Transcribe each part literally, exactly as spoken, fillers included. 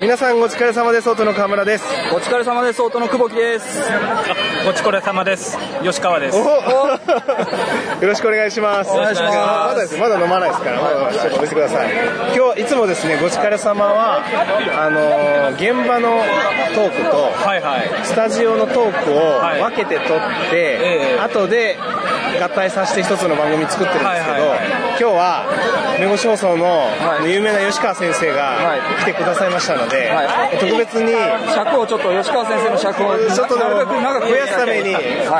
皆さんお疲れ様です。音の河村です。 お疲れ様です。音の久保木です。 お疲れ様です。吉川です。 よろしくお願いします。 お願いします。 まだです。まだ飲まないですから、まだちょっとお見せください。今日いつもですね、ご疲れ様はあのー、現場のトークと、はいはい、スタジオのトークを分けて撮って、はい、後で合体させて一つの番組作ってるんですけど、はいはいはい、今日は弁護士放送の有名な吉川先生が来てくださいましたので、はい、特別に尺をちょっと吉川先生の尺をちょっとでも増やすために、はい、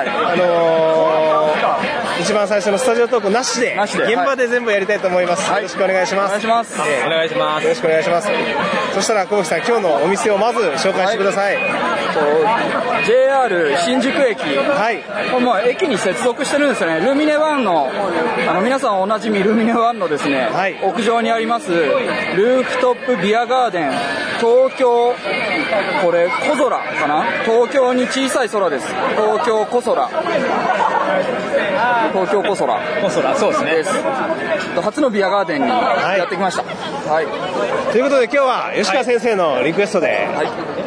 あのー、一番最初のスタジオトークなしで現場で全部やりたいと思います、はい、よろしくお願いします。 お願いします、 えー、お願いします。 よろしくお願いします。そしたら久保木さん、今日のお店をまず紹介してください。はい、 ジェイアール 新宿駅、 はい、 これもう駅に接続してるんですよね。ルミネワンの、あの皆さんおなじみルミネワンのですね、はい、屋上にありますルーフトップビアガーデン東京、これ小空かな、東京に小さい空です。東京小空、東京小空小空、そうですねです。初のビアガーデンにやってきました、はいはい、 ということで今日は吉川先生のリクエストで、はい、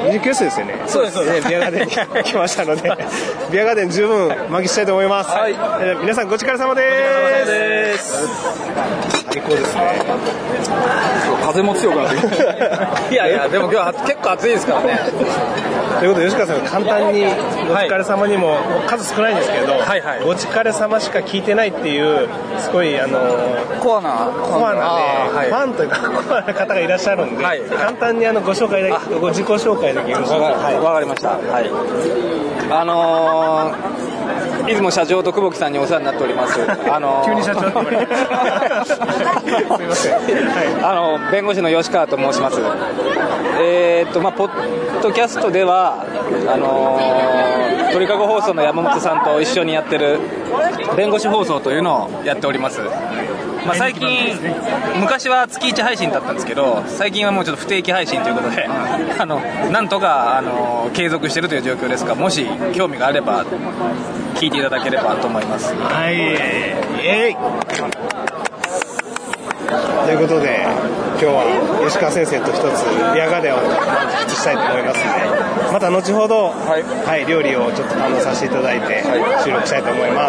リクエストですよね。 そうです、そうです、 ビアガーデンに来ましたのでビアガーデン十分満喫したいと思います、はい、えー、皆さんご疲れ様です。最高ですね。 風も強くなってきていやいや、でも今日は結構暑いですからね。 ということで吉川さん、簡単にご疲れ様にも、はい、数少ないんですけど、はいはい、ご疲れ様しか聞いてないっていうすごいあのコアなコアなね、はい、ファンというかコアな方がいらっしゃるんで、はい、簡単にあのご紹介だけ、ご自己紹介だけよろしいですか。 はい、わかりました。はい、あのー、出雲社長と久保木さんにお世話になっております。あのー、 急に社長って言われてすみません、はい、 あの弁護士の吉川と申します。えーっとまあポッドキャストではあのー、鳥かご放送の山本さんと一緒にやってる弁護士放送というのをやっております。まあ、最近、昔は月いち配信だったんですけど、最近はもうちょっと不定期配信ということであのなんとかあの継続しているという状況ですが、もし興味があれば聞いていただければと思います。 はい、イエイということで今日は吉川先生と一つビアガーデンをしたいと思いますので、また後ほど、はいはい、料理をちょっと堪能させていただいて収録したいと思います。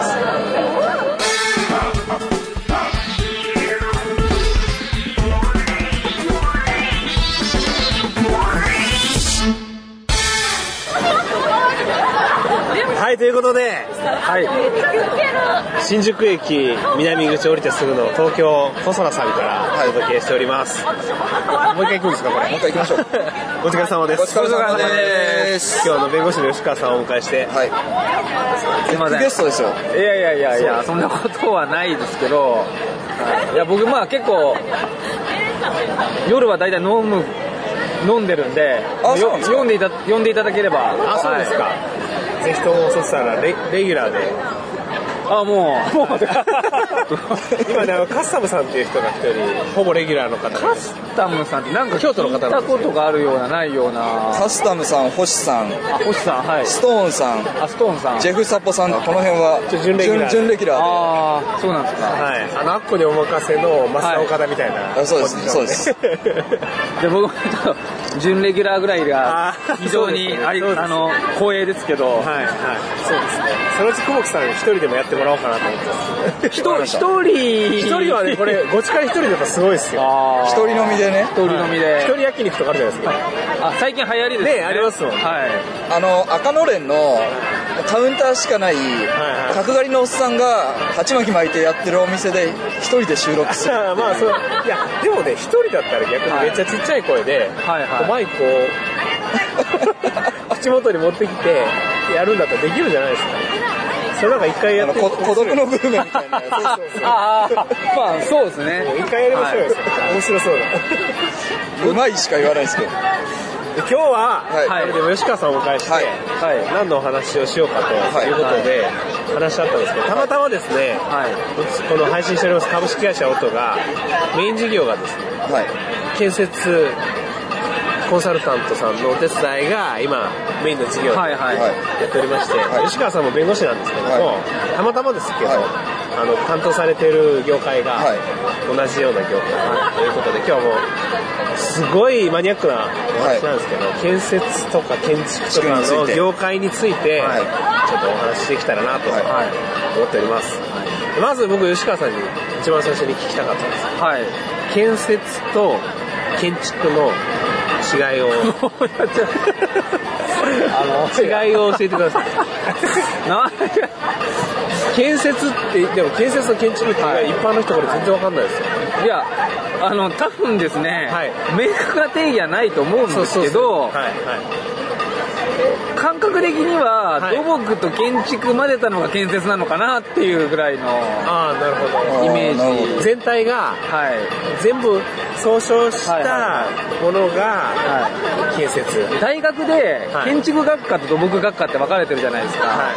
はい、ということで、はい、新宿駅南口降りてすぐの東京細野さんからお届けしております、はい、もう一回行くんですか。これもう一回行きましょうお疲れ様です。 お疲れ様です。 今日の弁護士の吉川さんをお迎えして、はい、 すいません、ゲストですよ。いやいやいやいや、そんなことはないですけど、いや僕まあ結構夜はだいたい飲む飲んでるんで、よ読んでいた読んでいただければ。 あ、そうですか、はい、ぜひともそしたら レ, レギュラーで。 あ、もうもう今ね、カスタムさんっていう人が一人ほぼレギュラーの方。 カスタムさんってなんか京都の方なんですよ。聞いたことがあるようなないような。 カスタムさん、星さん、 あ、星さん、はい、 ストーンさん、 あ、ストーンさん、 ジェフサポさん、この辺は準レギュラー、 準レギュラーで。 ああ、そうなんですか。 はい、あのアッコにお任せの増田岡田みたいな、はい、 あ、そうです、そうです。 で僕もちょっと準レギュラーぐらいが非常にあり、あの光栄ですけど、はいはい、 そうですね。そのうち久保木さん一人でもやってもらおうかなと思ってます。 一人一人一人はね、これご疲れ一人でやっぱすごいですよ。 一人飲みでね、 一人飲みで、 一人焼肉とかあるじゃないですか。 あ、最近流行りですね。 ね、ありますもん。はい。 あの赤のれんのカウンターしかない角刈りのおっさんが鉢巻き巻いてやってるお店で一人で収録する。 まあそう、いやでもね、一人だったら逆にめっちゃちっちゃい声で、はいはい、マイクを口元に持ってきてやるんだったらできるじゃないですか。それなんか一回やって、 孤独のグルメみたいな。そうそうそう。 ああ、まあそうですね。 一回やりましょうよ。はい、面白そうだ。 うまいしか言わないですけど。 今日は、はい、でも吉川さんをお迎えして、はい、何のお話をしようかということで話し合ったんですけど、たまたまですね、はい、この配信しております株式会社オトがメイン事業がですね、はい、建設コンサルタントさんのお手伝いが今メインの事業でやっておりまして、はいはい、吉川さんも弁護士なんですけども、はい、たまたまですけど、はい、 あの担当されてる業界が同じような業界、はい、ということで今日はもうすごいマニアックな話なんですけど、はい、建設とか建築とかの業界についてちょっとお話しできたらなと思っております、はい、まず僕吉川さんに一番最初に聞きたかったんです、はい、建設と建築の違いをあの違いを教えてください建設ってでも建設と建築って、はい、一般の人これ全然わかんないですよ。 いやあの多分ですね、はい、明確な定義はないと思うんですけど、はいはい、感覚的には、はい、土木と建築混ぜたのが建設なのかなっていうぐらいのあなるほどイメージ全体が、はい、全部総称したものが建設、はいはい、 大学で建築学科と土木学科って分かれてるじゃないですか、はい、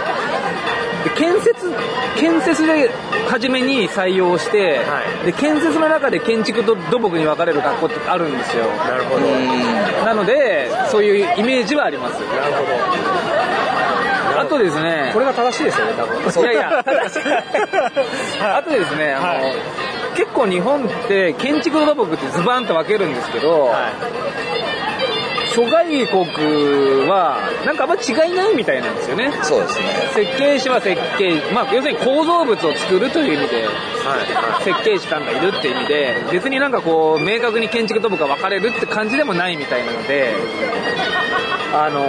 で建設建設で初めに採用して、はい、で建設の中で建築と土木に分かれる学校ってあるんですよ。 なるほど。 なのでそういうイメージはあります。 なるほど。 あとですね、 これが正しいですよね多分。 いやいや正しいあとですね、あの、はい、結構日本って建築と土木ってズバンと分けるんですけど、はい、諸外国はなんかあんま違いないみたいなんですよね。 そうですね。 設計士は設計、まあ要するに構造物を作るという意味で、はい、設計士さんがいるっていう意味で、別になんかこう明確に建築と土木が分かれるって感じでもないみたいなので、あの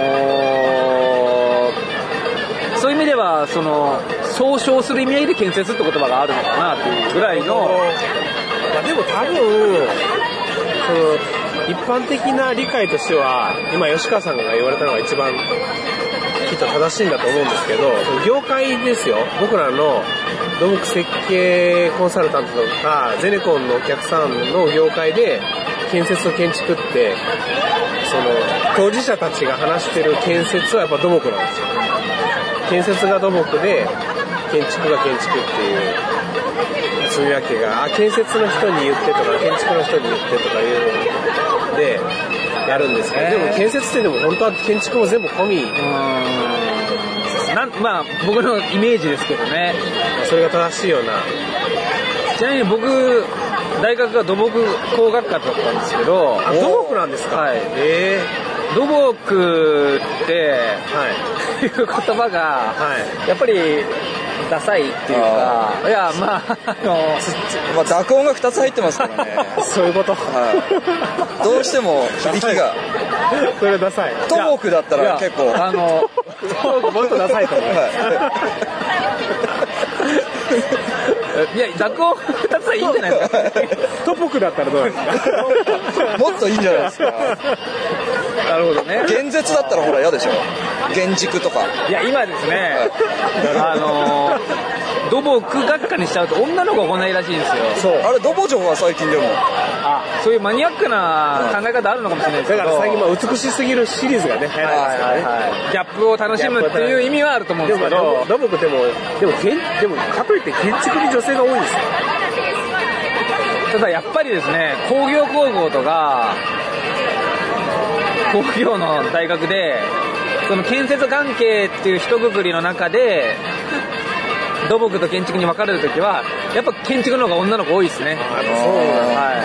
ー、そういう意味ではその総称する意味合いで建設って言葉があるのかなというぐらいの。 まあ、でも多分その一般的な理解としては今吉川さんが言われたのが一番きっと正しいんだと思うんですけど、業界ですよ。僕らの土木設計コンサルタントとかゼネコンのお客さんの業界で建設と建築ってその当事者たちが話してる建設はやっぱ土木なんですよ。建設が土木で建築が建築っていうそういうわけが、あ建設の人に言ってとか建築の人に言ってとかいうのでやるんですけど、でも建設ってでも本当は建築も全部込み、うーんなんまあ僕のイメージですけどね。 それが正しいような。 ちなみに僕大学が土木工学科だったんですけど。 あ土木なんですか。 はい。 えー、土木って、はい、いう言葉が、はい、やっぱりダサいっていうか、いやまああのまあ濁音がふたつ入ってますからね。 そういうこと。 はい。どうしても響きが。 それダサい。 土木だったら結構あの土木もっとダサいと思う。 いや濁音ふたつはいいんじゃないですか。 トポクだったらどうですか。 もっといいんじゃないですか。 なるほどね。 現絶だったらほら嫌でしょ。現軸とか。 いや今ですね、あの土木学科にしちゃうと女の子が来ないらしいんですよ。 そうあれ土木城は最近でもあそういうマニアックな考え方あるのかもしれないですけど、 だから最近まあ美しすぎるシリーズがね流行ってますからね、はいはいはい、 ギャップを楽しむっていう意味はあると思うんですけど、 土木でもでもでもかといって建築に女性が多いんですよ。 ただやっぱりですね工業高校とか工業の大学でその建設関係っていう一括りの中で土木と建築に分かれるときはやっぱ建築の方が女の子多いですね。 あそうはい、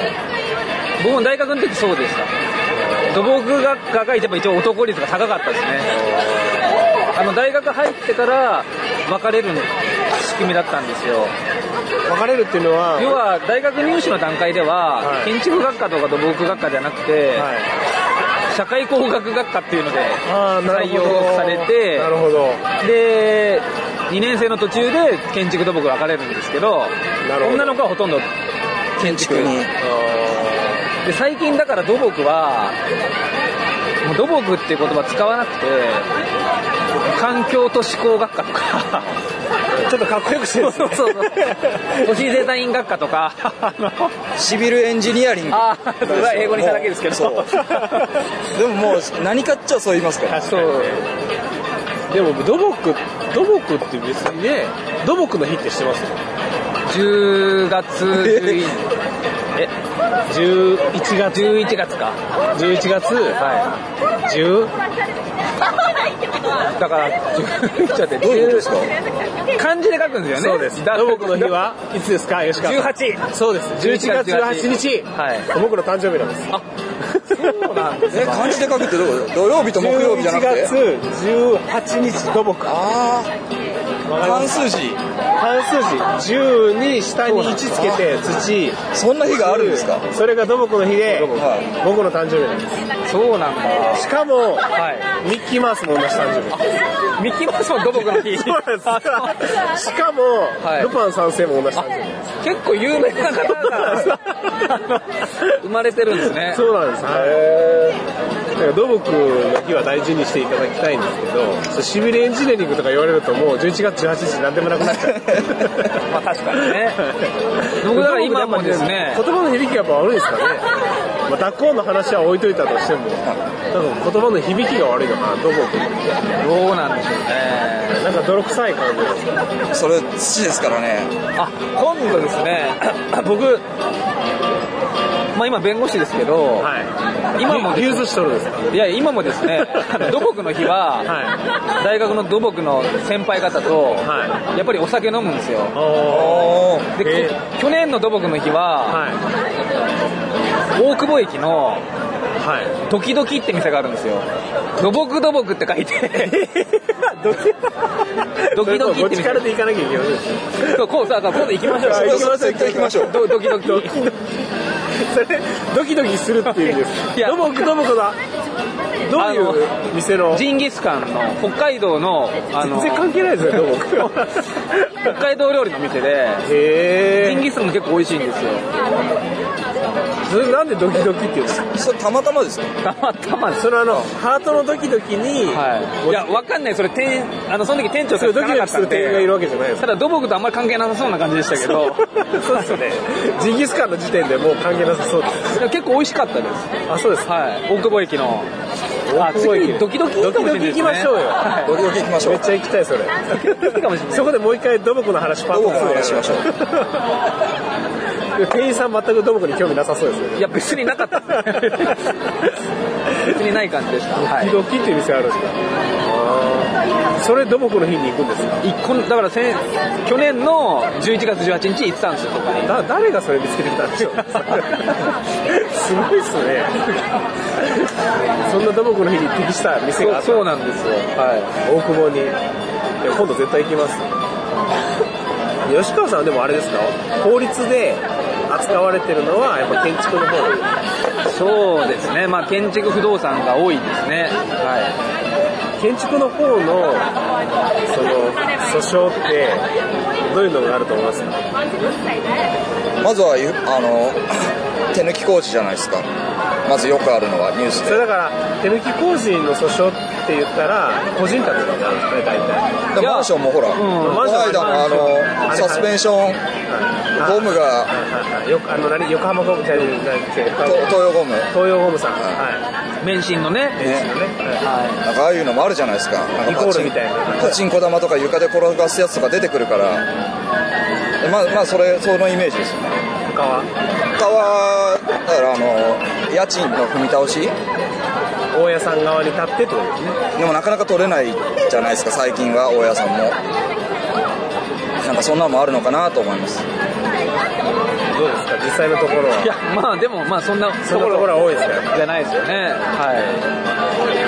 僕も大学の時そうでした。土木学科が一番一応男率が高かったですね。あの大学入ってから分かれる仕組みだったんですよ。 分かれるっていうのは要は大学入試の段階では、はい、建築学科とか土木学科じゃなくて、はい、社会工学学科っていうので採用されて、 なるほど。 でにねん生の途中で建築土木分かれるんですけど、女の子はほとんど建築に。で最近だから土木はもう土木っていう言葉使わなくて環境都市工学科とかちょっとかっこよくしてるんですね。 そうそうそう都市デザイン学科とかシビルエンジニアリング。 ああそれは英語にしただけですけどでももう何かっちゃそう言いますから。 確かにね。でも土木土木って別にね土木の日って知ってますよ。 じゅうがつじゅういちにちえじゅういちがつじゅういちがつかじゅういちがつ、はい、じゅうだからじゅうちょっと待って、 どういうことですか？ 漢字で書くんですよね。 そうです。土木の日はいつですか、吉川さん？ じゅうはち。 そうです。じゅういちがつじゅうはちにち、はい、僕の誕生日なんです。あ、 そうなんですか。 え、漢字で書くってどう？土曜日と木曜日じゃなくて？ じゅういちがつじゅうはちにち土木。ああ、漢数字。 漢数字じゅうに下にいちつけて土。 そんな日があるんですか？ それが土木の日で、はい、僕の誕生日なんです。 そうなんだ。 しかも、はい、ミッキーマウスも同じ誕生日。 ミッキーマウスも土木の日。 そうなんです。しかも、はい、ルパン三世も同じ誕生日。 結構有名な方が生まれてるんですね。 そうなんです。へー。だから土木の日は大事にしていただきたいんですけど、シビルエンジニアリングとか言われるともうじゅういちがつじゅうはちにちなんでもなくなっちゃう。 まあ確かにね。僕だから今もですね、 言葉の響きがやっぱ悪いですかね。まあ、脱行の話は置いといたとしても、なんか言葉の響きが悪いのかな、土木。 どうなんでしょうね。 なんか泥臭い感じです。 それ土ですからね。 あ、今度ですね、僕、まあ今弁護士ですけど、はい、今も牛寿司取るんですか？ いや今もですね、土木の日は、はい、大学の土木の先輩方と、はい、やっぱりお酒飲むんですよ。で去年の土木の日は、はい、大久保駅のはい、ドキドキって店があるんですよ。土木土木って書いてドキドキドキって店。 力で行かなきゃいけない。 そうこうさあ今度行きましょう。 行きましょう行きましょう。 ドキドキ。 それドキドキするっていう意味です。土木土木だ。どういう店の？ ジンギスカンの北海道のあの全然関係ないですよ土木。 北海道料理の店で、ジンギスカンも結構美味しいんですよ。 それなんでドキドキって言うんですか？ それたまたまですか？ たまたまです。 そのあのハートのドキドキに、 はい、いやわかんない。それ店あのその時店長がドキドキする店員がいるわけじゃないです。 ただ土木とあんまり関係なさそうな感じでしたけど。 そうですよね。ジンギスカンの時点でもう関係なさそうです。 結構美味しかったです。 あ、そうです。 はい。大久保駅の。あ、次ドキドキドキドキ行きましょうよ。 ドキドキ行きましょう。 めっちゃ行きたいそれ。そこでもう一回土木の話パッと土木の話しましょう。 店員さん全く土木に興味なさそうですよね。 いや別になかった。別にない感じでした。 ドキドキっていう店あるんですか？あ、それ土木の日に行くんですか？ 一個だからせ去年のじゅういちがつじゅうはちにち行ってたんですよ。そこにだ誰がそれ見つけてきたんでしょう。すごいっすね。そんな土木の日に適した店があった。 そう、そうなんですよ。はい。 大久保に。いや今度絶対行きます。吉川さんはでもあれですか？法律で扱われてるのはやっぱ建築の方。 そうですね。まあ建築不動産が多いですね。はい。 建築の方のその訴訟ってどういうのがあると思いますか？ まずはあの手抜き工事じゃないですか。まずよくあるのはニュースで。 それだから手抜き工事の訴訟って言ったら個人宅とかなんですね大体。 マンションもほら、うん、この間のあのサスペンションゴムがよくあの何横浜ゴムじゃなくて東洋ゴム東洋ゴムさん、はい、 免震のね免震のね、 はい、なんかああいうのもあるじゃないですか。 リコールみたいなパチンコ玉とか床で転がすやつとか出てくるから、まあまあそれそのイメージですよね。 他は他はだからあの家賃の踏み倒し大家さん側に立ってってことですね。 でもなかなか取れないじゃないですか最近は大家さんも。なんかそんなのもあるのかなと思います。 どうですか実際のところは。 いやまあでもまあそんなそんなところは多いですか？ じゃないですよね。はい。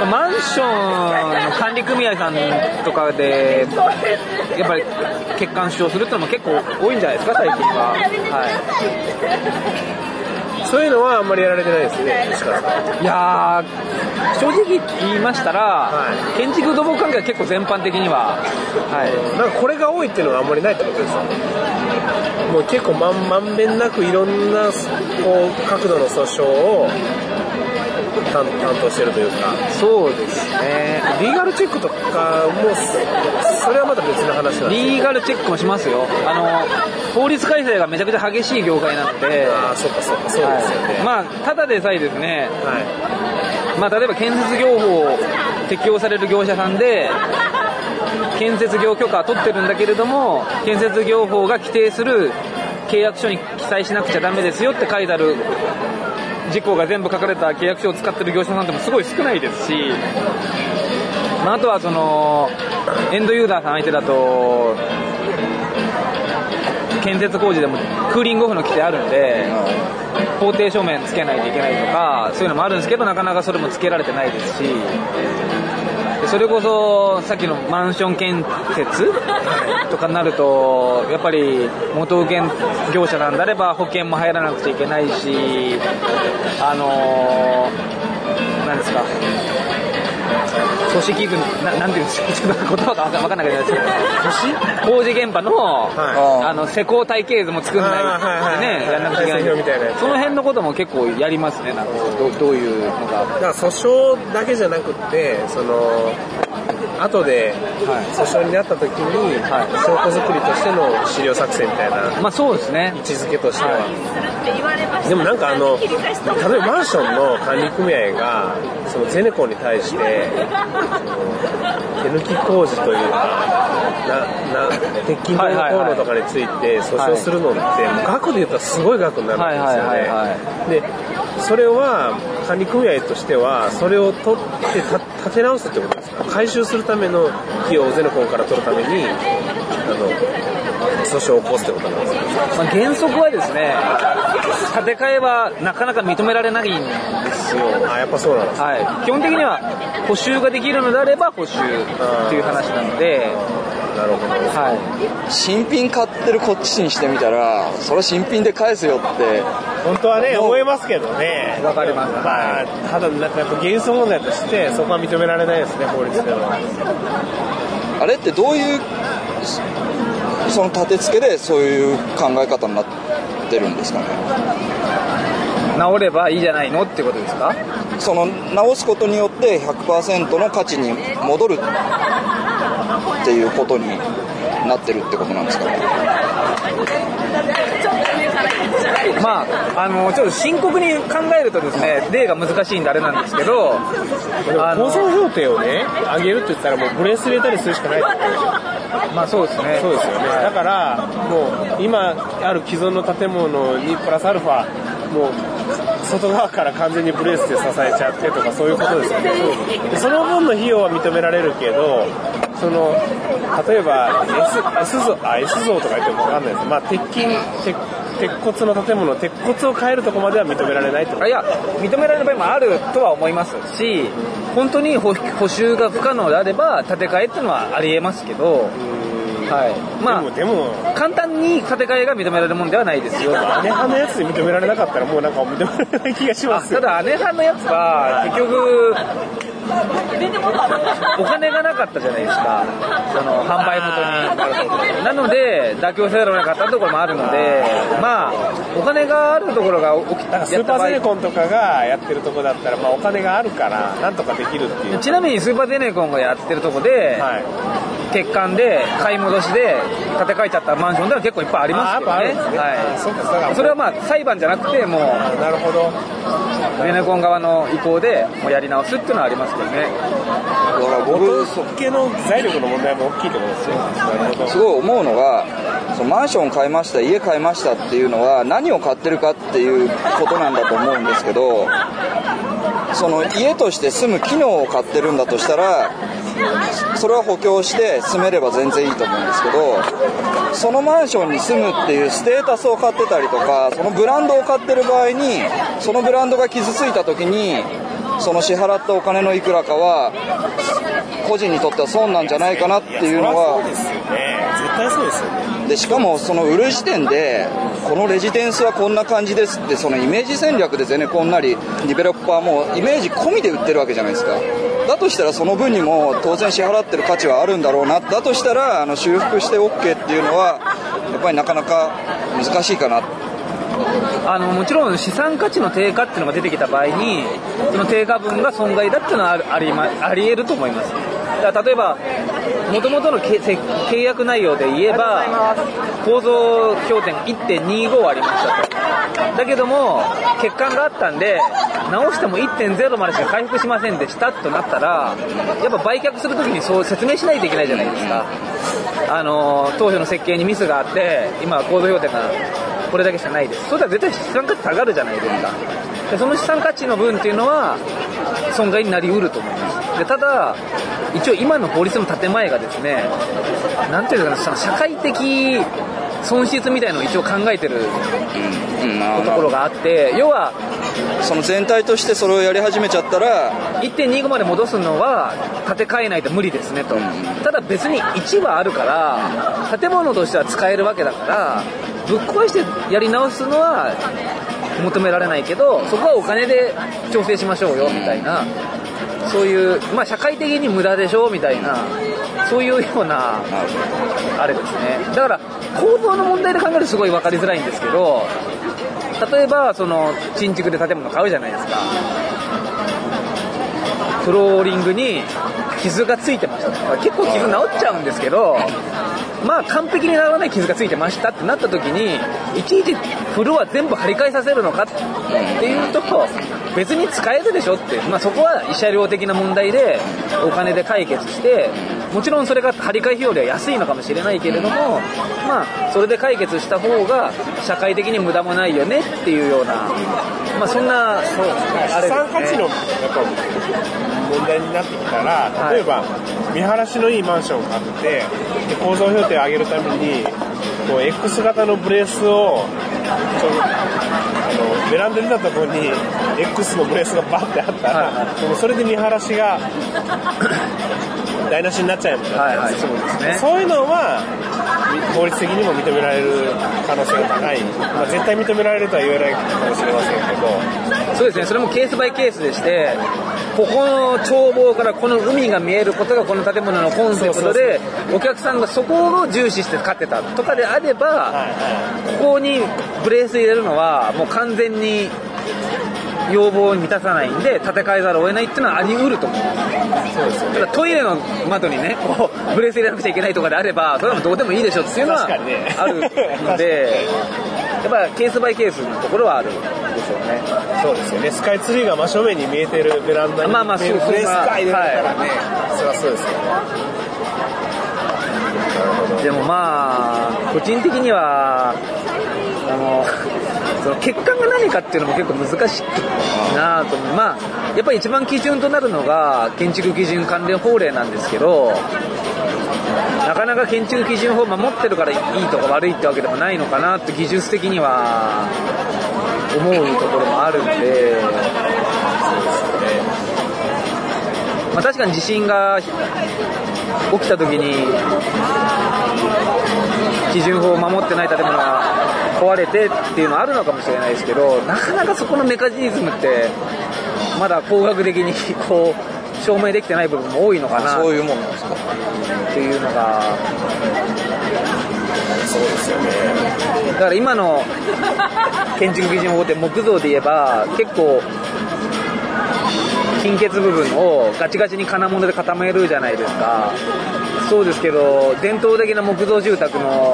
マンションの管理組合さんとかでやっぱり欠陥主張するってのも結構多いんじゃないですか最近は。はい。 そういうのはあんまりやられてないですね。 いやー正直言いましたら、はい、建築土木関係は結構全般的には、はい、 なんかこれが多いっていうのがあんまりないってことですよね。もう結構まんまんべんなくいろんなこう角度の訴訟を担当してるというか。 そうですね。 リーガルチェックとかもそれはまた別の話なんですよ。 リーガルチェックもしますよ。あの法律改正がめちゃくちゃ激しい業界なので。 ああそうかそうかそうですよね。 はい、まあただでさえですね、はい、まあ例えば建設業法を適用される業者さんで建設業許可は取ってるんだけれども建設業法が規定する契約書に記載しなくちゃダメですよって書いてある事項が全部書かれた契約書を使ってる業者さんってもすごい少ないですし、まあ、あとはそのエンドユーザーさん相手だと建設工事でもクーリングオフの規定あるんで法定書面つけないといけないとかそういうのもあるんですけど、なかなかそれもつけられてないですし、それこそさっきのマンション建設とかになるとやっぱり元請け業者なんであれば保険も入らなくちゃいけないし、あのー、なんですか組織群 な, なんていうんですか、ちょっと言葉が分かんなくなっちゃう工事現場の、はい、あの施工体系図も作んないでね、やんなくちゃいけない、その辺のことも結構やりますね。なんか ど, どういうのがだから訴訟だけじゃなくってその後で訴訟になった時に、はい、証拠作りとしての資料作成みたいな、 まあそうですね、 位置づけとしては、はい、でもなんかあの例えばマンションの管理組合がそのゼネコンに対して手抜き工事というかなな鉄筋工能とかについて訴訟するのって、はい、もう額で言ったらすごい額になるんですよね、はいはいはいはい、でそれは管理組合としてはそれを取って立て直すってことですか。回収するための費用をゼネコンから取るためにあの訴訟を起こすってことなんですか。 まあ、原則はですね、建て替えはなかなか認められないんですよ。 あ、やっぱそうなんですか。 はい、基本的には補修ができるのであれば補修っていう話なので。 なるほど、 はい、 新品買ってるこっちにしてみたらそれは新品で返せよって本当はね思えますけどね。 わかります、 まあ、ただなんかやっぱ原則問題としてそこは認められないですね、法律では。 あれってどういうその立て付けでそういう考え方になってるんですかね。 直ればいいじゃないのってことですか。 その直すことによって ひゃくパーセント の価値に戻るっていうことになってるってことなんですかね。 まあ、あのちょっと深刻に考えるとですね、例が難しいんであれなんですけど、 構造評定をね上げるって言ったらもうブレス入れたりするしかないってことですよ。 まあそうですね。 そうですよね。だからもう今ある既存の建物にプラスアルファもう外側から完全にブレースで支えちゃってとかそういうことですよね。でその分の費用は認められるけど、その例えば S, S 像あ S 像とか言っても分かんないです。まあ鉄筋鉄鉄骨の建物鉄骨を変えるところまでは認められないってこと。 いや認められる場合もあるとは思いますし、本当に補修が不可能であれば建て替えっていうのはありえますけど。はい、まあでも、でも簡単に建て替えが認められるもんではないですよ。 姉派のやつで認められなかったらもうなんか認められない気がしますよ。 ただ姉派のやつは結局お金がなかったじゃないですか、その販売元に。なので妥協せざるを得なかったところもあるので、まあお金があるところが起きたスーパーゼネコンとかがやってるところだったら、まあ、お金があるからなんとかできるっていう。 ちなみにスーパーゼネコンがやってるところで、はい、欠陥で買い戻しで建て替えちゃったマンションでは結構いっぱいありますけどね。はい、それはまあ裁判じゃなくてもうなるほどゼネコン側の意向でもうやり直すっていうのはありますけどね。 だから僕系の財力の問題も大きいと思うんですよ。 すごい思うのが、そのマンション買いました家買いましたっていうのは何を買ってるかっていうことなんだと思うんですけど、その家として住む機能を買ってるんだとしたらそれは補強して住めれば全然いいと思うんですけど、そのマンションに住むっていうステータスを買ってたりとか、そのブランドを買ってる場合にそのブランドが傷ついた時にその支払ったお金のいくらかは個人にとっては損なんじゃないかなっていうのは。 そうですよね、絶対そうですよね。 でしかもその売る時点でこのレジデンスはこんな感じですってそのイメージ戦略でゼネコンなりディベロッパーもイメージ込みで売ってるわけじゃないですか。だとしたらその分にも当然支払ってる価値はあるんだろうな。だとしたらあの修復して OK っていうのはやっぱりなかなか難しいかな。 あのもちろん資産価値の低下っていうのが出てきた場合にその低下分が損害だっていうのはあり、あり、あり得ると思います。だから例えば元々の契約内容で言えば構造評点 いってんにご ありましたと。だけども欠陥があったんで直しても いってんゼロ までしか回復しませんでしたとなったらやっぱ売却するときにそう説明しないといけないじゃないですか。あの当初の設計にミスがあって今構造評点がこれだけしかないです。それでは絶対資産価値下がるじゃないですか。でその資産価値の分っていうのは損害になりうると思います。でただ一応今の法律の建前がですね、なんていうのかな、社会的損失みたいなのを一応考えてるところがあって、要はその全体としてそれをやり始めちゃったらいってんにじゅうご まで戻すのは建て替えないと無理ですねと、うん、ただ別にいちはあるから建物としては使えるわけだからぶっ壊してやり直すのは求められないけど、そこはお金で調整しましょうよみたいな、そういう、まあ、社会的に無駄でしょみたいな、そういうようなあれですね。だから構造の問題で考えるとすごい分かりづらいんですけど、例えばその新築で建物買うじゃないですか。フローリングに傷がついてました。結構傷治っちゃうんですけど、まあ完璧にならない傷がついてましたってなった時にいちいちフロア全部張り替えさせるのかっていうと別に使えるでしょって、まあ、そこは慰謝料的な問題でお金で解決して、もちろんそれが張り替え費用では安いのかもしれないけれども、まあそれで解決した方が社会的に無駄もないよねっていうような、まあそんなそうですね、資産価値のやっぱ問題になってきたら、例えば見晴らしのいいマンションを買ってで構造評定を上げるためにこう X 型のブレースをちょあのベランダに出たところに X のブレースがバッてあったら、はい、それで見晴らしが台無しになっちゃうみたいな、はいはい、そうですね、そういうのは法律的にも認められる可能性が高い、まあ、絶対認められるとは言えないかもしれませんけど、 そうですね、それもケースバイケースでして、ここの眺望からこの海が見えることがこの建物のコンセプトで、お客さんがそこを重視して買ってたとかであれば、はいはい、ここにブレース入れるのはもう完全に要望を満たさないんで建て替えざるを得ないっていうのはあり得ると思う。そうですよね。ただトイレの窓にねこうブレース入れなくちゃいけないとかであればそれはどうでもいいでしょっていうのはあるので、やっぱケースバイケースのところはあるでしょうね。 そうですよね。スカイツリーが真正面に見えてるベランダにまあまあそうそうブレースが入れるからね、はい、それはそうですよね。 でもまあ個人的にはあのその欠陥が何かっていうのも結構難しいなと思う。まあやっぱり一番基準となるのが建築基準関連法令なんですけど、なかなか建築基準法を守ってるからいいとか悪いってわけでもないのかなって技術的には思うところもあるんで、まあ、確かに地震が起きた時に基準法を守ってない建物が壊れてっていうのはあるのかもしれないですけど、なかなかそこのメカニズムってまだ工学的にこう証明できてない部分も多いのかな。 そういうもんなんですかっていうのがそうですよね。 だから今の建築基準法って木造で言えば結構金欠部分をガチガチに金物で固めるじゃないですか。そうですけど伝統的な木造住宅の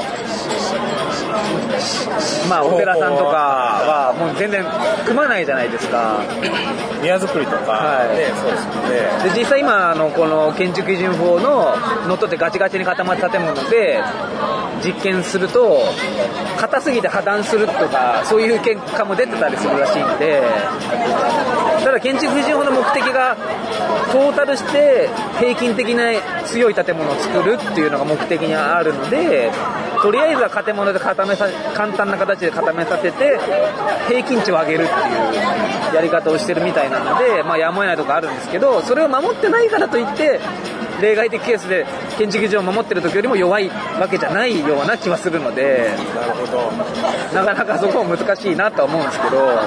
まあお寺さんとかはもう全然組まないじゃないですか。 宮造りとか、はい、ね、そうですよね。 で実際今のこの建築基準法ののっとってガチガチに固まった建物で実験すると硬すぎて破断するとかそういう結果も出てたりするらしいんで、ただ建築基準法の目的がトータルして平均的な強い建物を作るっていうのが目的にあるので、とりあえずは建物で固めさ簡単な形で固めさせて平均値を上げるっていうやり方をしてるみたいなので、まあ、やむを得ないところあるんですけど、それを守ってないからといって例外的ケースで建築基準を守ってる時よりも弱いわけじゃないような気はするので、 なるほど、 なかなかそこも難しいなとは思うんですけど、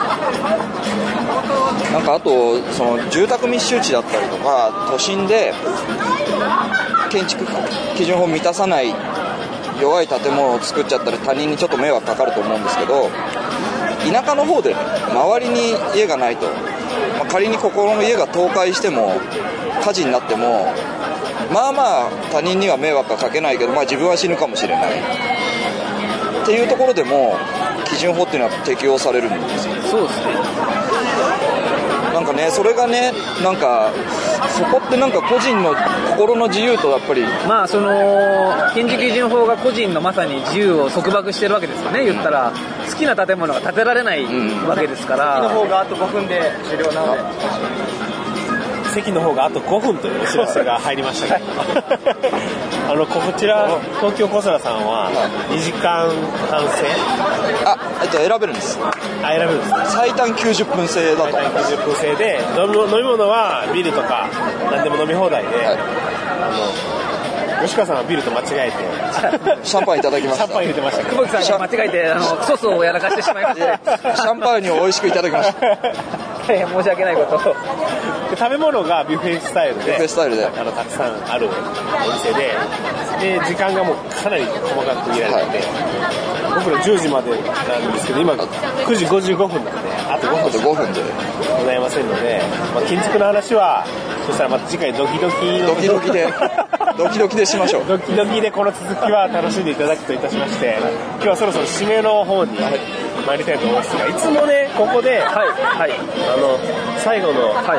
なんかあとその住宅密集地だったりとか都心で建築基準法を満たさない弱い建物を作っちゃったら他人にちょっと迷惑かかると思うんですけど、田舎の方で周りに家がないと、まあ、仮にここの家が倒壊しても火事になってもまあまあ他人には迷惑はかけないけど、まあ、自分は死ぬかもしれないっていうところでも基準法っていうのは適用されるんですよ。 そうですね。 なんかねそれがねなんかそこってなんか個人の心の自由とやっぱりまあその建築基準法が個人のまさに自由を束縛してるわけですよね。言ったら好きな建物が建てられないわけですから、 席の方があとごふんで終了なので、席の方があとごふんというお知らせが入りましたけどあのこちら東京小空さんはにじかんはん制あ、えっと選べるんです。 あ、選べるんですね。 最短きゅうじゅっぷん制だと。 最短きゅうじゅっぷん制で飲み、飲み物はビールとか何でも飲み放題で、はい、あの吉川さんはビールと間違えてシャンパンいただきました。 シャンパン入れてました。 久保木さんが間違えてあのソースをやらかしてしまいましてシャンパンに美味しくいただきました大変申し訳ないことをで食べ物がビュッフェスタイルでビュッフェスタイルであのたくさんあるお店でで時間がもうかなり細かく区切られてて、はい、僕らじゅうじまでなんですけど今くじごじゅうごふんなのであとごふんでごふんでございませんので、まあ、建築の話はそしたらまた次回ドキドキのドキドキでドキドキでしましょう。 ドキドキでこの続きは楽しんでいただくといたしまして、今日はそろそろ締めの方に参りたいと思いますが、いつもねここで、はいはい、あの最後の、はい、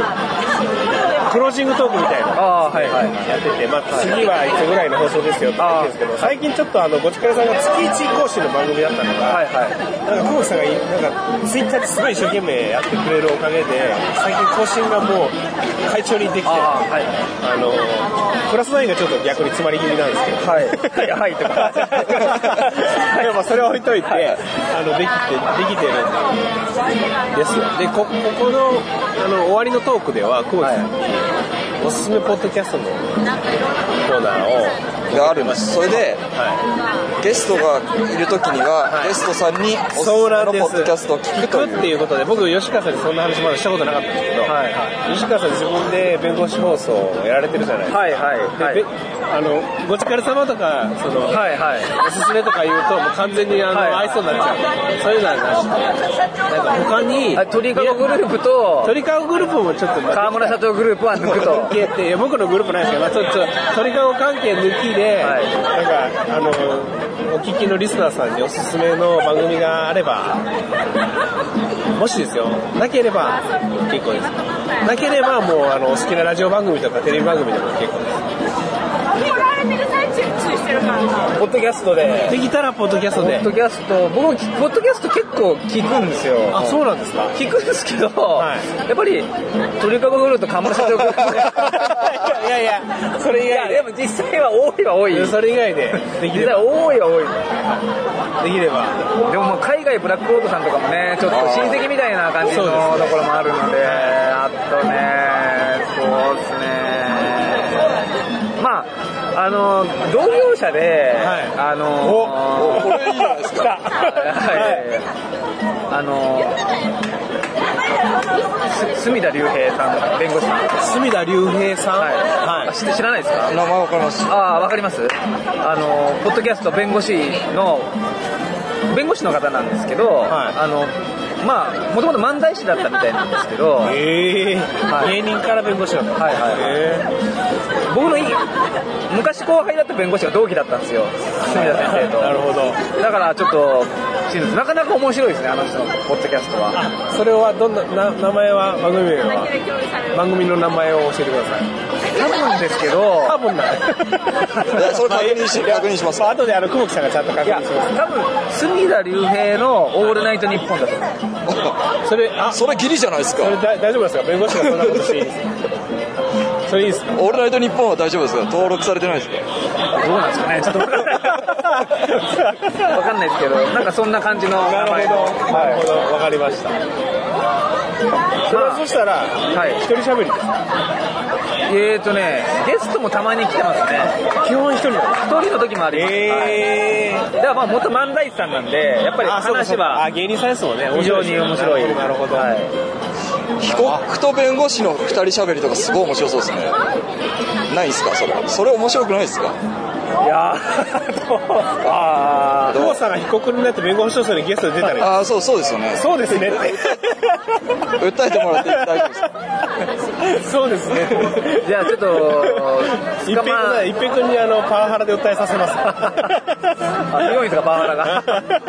クロージングトークみたいなのを、はいはい、やってて、まあ、次はいつぐらいの放送ですよって言ってるんですけど、最近ちょっとあのごちかれさんが月いち更新の番組だったのが、はいはい、なんか久保木さんがなんかツイッターですごい一生懸命やってくれるおかげで最近更新がもう快調にできてる。あ、はい、あのプラスナインがちょっと逆に詰まり気味なんですけど、はいはいはいとかでもそれを置いといて、はい、あのできてできてるんですよ。で こ, ここのあの終わりのトークでは久保木さんにおすすめポッドキャストのコーナーをがあるんです。それで、はい、ゲストがいるときには、はい、ゲストさんにおすすめのポッドキャストを聞くという聞くっていうことで、僕吉川さんにそんな話まだしたことなかったんですけど、はいはい、吉川さん自分で弁護士放送をやられてるじゃないですか。はいはいはい、であのごちかれ様とかその、はいはい、おすすめとか言うともう完全にあの、はい、愛想になっちゃう。そういうのはなしなんか他に鳥かごグループと鳥かごグループもちょっと川村社長グループは抜くといや僕のグループないですけど、まあ、ちょっと鳥かご関係抜きで、はい、なんかあのお聞きのリスナーさんにおすすめの番組があれば、もしですよなければ結構です。なければもうあのお好きなラジオ番組とかテレビ番組でも結構です。ポッドキャストでできたらポッドキャストでポッドキャスト僕ポッドキャスト結構聞くんですよ。 あ、そうなんですか。 聞くんですけど、はい、やっぱり鳥かごグループと河村社長グループいやいやそれ以外ででも実際は多いは多い。 それ以外でできれば実際多いは多いできれば。 でももう海外ブラックロードさんとかもねちょっと親戚みたいな感じのところもあるので、あとねそうですね、まああの同業者で、はい、あのおおこれいいじゃないですかはいあの隅田隆平さん弁護士隅田隆平さん、はいはい、知, 知らないですか。 名前わかります。 ああわかります。あのポッドキャスト弁護士の弁護士の方なんですけど、はい、あのまあもともと漫才師だったみたいなんですけど、 えーはい、芸人から弁護士なんだ。はいはいはい、えー、僕の昔後輩だった弁護士が同期だったんですよ、隅田先生と。 なるほど。 だからちょっとなかなか面白いですね、あの人のポッドキャストは。 あ、それはどんなな名前は番組名は番組の名前を教えてください。 多分ですけど多分なそれ確認し確認します。 まあ後であの久保木さんがちゃんと確認します。 多分隅田隆平のオールナイトニッポンだと思う。 それあそれギリじゃないですか。 それ大丈夫ですか。弁護士がそんなことしていいですか。それいいですか。 オールナイトニッポンは大丈夫ですか。登録されてないですか。 どうなんですかね、ちょっと分かんない分かんないですけど、なんかそんな感じの名前の。 なるほど、分かりました。それはそしたら、はい、一人喋りですか。 えーとね、ゲストもたまに来てますね。 基本一人なんです。 一人の時もあります。えー、はい、だからまあ元漫才師さんなんで、やっぱり話はあ芸人さんですもんね。 非常に面白い。 なるほど。はい、 被告と弁護士の二人喋りとかすごい面白そうですね。ないですかそれ。それ面白くないですか。 いやあ久保さんが被告になって弁護士調査にゲストで出たらいい。 あそうそうですよね。 そうですねって訴えてもらって大丈夫ですか。 そうですね。 じゃあちょっと一平君、一平君にあのパワハラで訴えさせます。 あ、強いんですかパワハラが。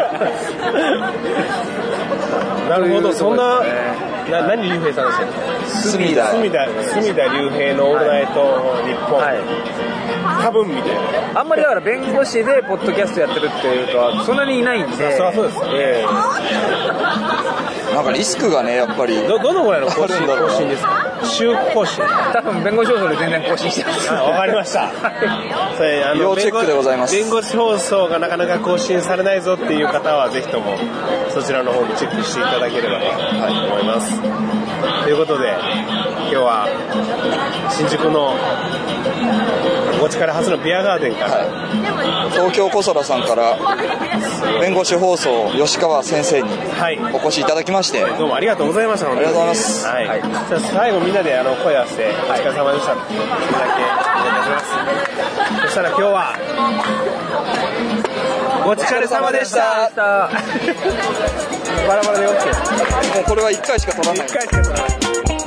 なるほど、そんな、な何竜兵さんでしたっけ？ 隅田隅田隅田竜兵のオールナイト日本、はい、多分みたいな。 あんまりだから弁護士でポッドキャストやってるっていう人はそんなにいないんで。 そりゃそうです、えー、なんかリスクがねやっぱりど, どのぐらいの更新更新ですか？週更新。 多分弁護士放送で全然更新してます。 わかりました。それあの要チェックでございます。 弁護士放送がなかなか更新されないぞっていう方はぜひともそちらの方にチェックしていただければと思います。ということで今日は新宿のごちから初のビアガーデンから、 はい、東京小空さんから弁護士放送吉川先生にお越しいただきまして、 はい、どうもありがとうございました。 ありがとうございます。 はいはい、じゃあ最後みんなであの声合わせてお疲れ様でしたっていうだけお願いいたします。そしたら今日はお疲れ様でした。バラバラで OK。 もうこれはいっかいしか取らない。 いっかいしか取らない。